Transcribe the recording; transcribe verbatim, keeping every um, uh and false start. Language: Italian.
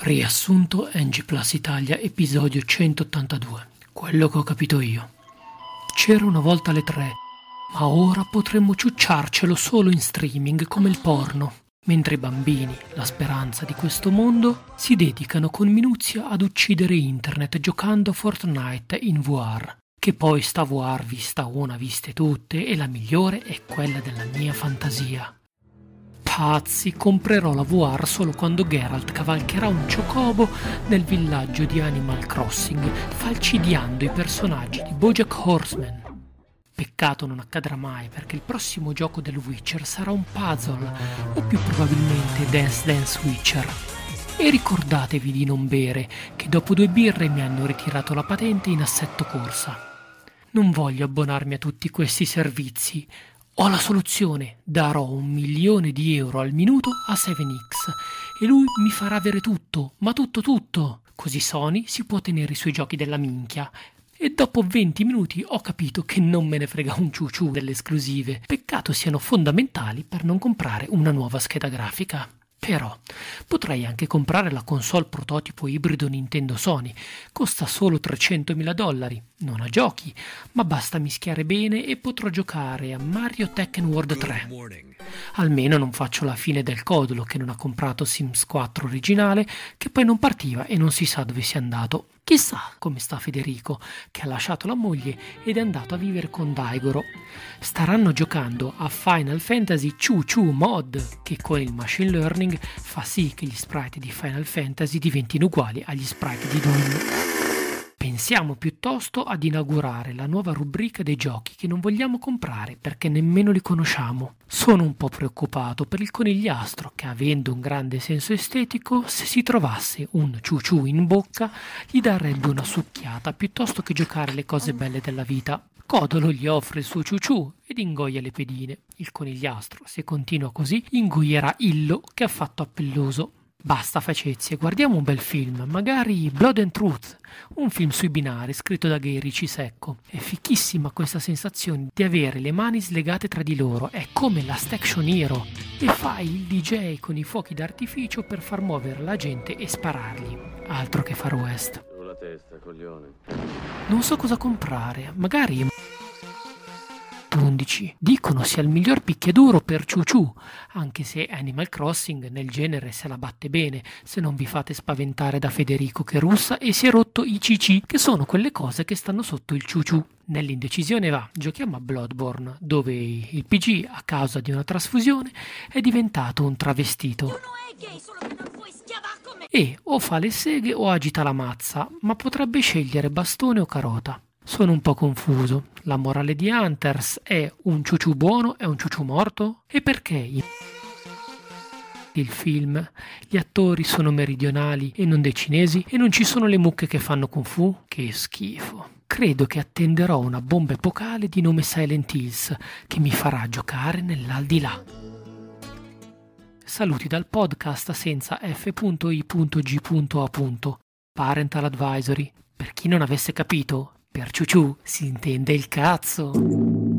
Riassunto N G Plus Italia, episodio centottantadue. Quello che ho capito io. C'era una volta alle tre, ma ora potremmo ciucciarcelo solo in streaming come il porno. Mentre i bambini, la speranza di questo mondo, si dedicano con minuzia ad uccidere internet giocando a Fortnite in V R. Che poi sta V R vista una, viste tutte, e la migliore è quella della mia fantasia. Pazzi, comprerò la V R solo quando Geralt cavalcherà un ciocobo nel villaggio di Animal Crossing, falcidiando i personaggi di BoJack Horseman. Peccato non accadrà mai, perché il prossimo gioco del Witcher sarà un puzzle, o più probabilmente Dance Dance Witcher. E ricordatevi di non bere, che dopo due birre mi hanno ritirato la patente in assetto corsa. Non voglio abbonarmi a tutti questi servizi. Ho la soluzione, darò un milione di euro al minuto a seven X e lui mi farà avere tutto, ma tutto tutto. Così Sony si può tenere i suoi giochi della minchia. E dopo venti minuti ho capito che non me ne frega un ciuciù delle esclusive. Peccato siano fondamentali per non comprare una nuova scheda grafica. Però potrei anche comprare la console prototipo ibrido Nintendo Sony. Costa solo trecentomila dollari. Non ha giochi, ma basta mischiare bene e potrò giocare a Mario Tekken World tre. Almeno non faccio la fine del codolo che non ha comprato Sims quattro originale, che poi non partiva e non si sa dove sia andato. Chissà come sta Federico, che ha lasciato la moglie ed è andato a vivere con Daigoro. Staranno giocando a Final Fantasy Choo Choo Mod, che con il machine learning fa sì che gli sprite di Final Fantasy diventino uguali agli sprite di Doom. Pensiamo piuttosto ad inaugurare la nuova rubrica dei giochi che non vogliamo comprare perché nemmeno li conosciamo. Sono un po' preoccupato per il conigliastro che, avendo un grande senso estetico, se si trovasse un ciuciù in bocca gli darebbe una succhiata piuttosto che giocare le cose belle della vita. Codolo gli offre il suo ciuciù ed ingoia le pedine. Il conigliastro, se continua così, ingoierà Illo che ha fatto appelloso. Basta facezie, guardiamo un bel film, magari Blood and Truth, un film sui binari scritto da Gay Riccisecco. È fichissima questa sensazione di avere le mani slegate tra di loro, è come Last Action Hero, e fai il D J con i fuochi d'artificio per far muovere la gente e sparargli. Altro che Far West. Sulla testa, coglione. Non so cosa comprare, magari undici. Dicono sia il miglior picchiaduro per ciuciù, anche se Animal Crossing nel genere se la batte bene, se non vi fate spaventare da Federico che russa e si è rotto i C C, che sono quelle cose che stanno sotto il ciuciù. Nell'indecisione va, giochiamo a Bloodborne, dove il P G, a causa di una trasfusione, è diventato un travestito. E o fa le seghe o agita la mazza, ma potrebbe scegliere bastone o carota. Sono un po' confuso. La morale di Hunters è: un ciuciù buono è un ciuciù morto? E perché il film, gli attori sono meridionali e non dei cinesi e non ci sono le mucche che fanno kung fu? Che schifo. Credo che attenderò una bomba epocale di nome Silent Hills che mi farà giocare nell'aldilà. Saluti dal podcast senza F I G A. Parental Advisory. Per chi non avesse capito, per ciuciù si intende il cazzo.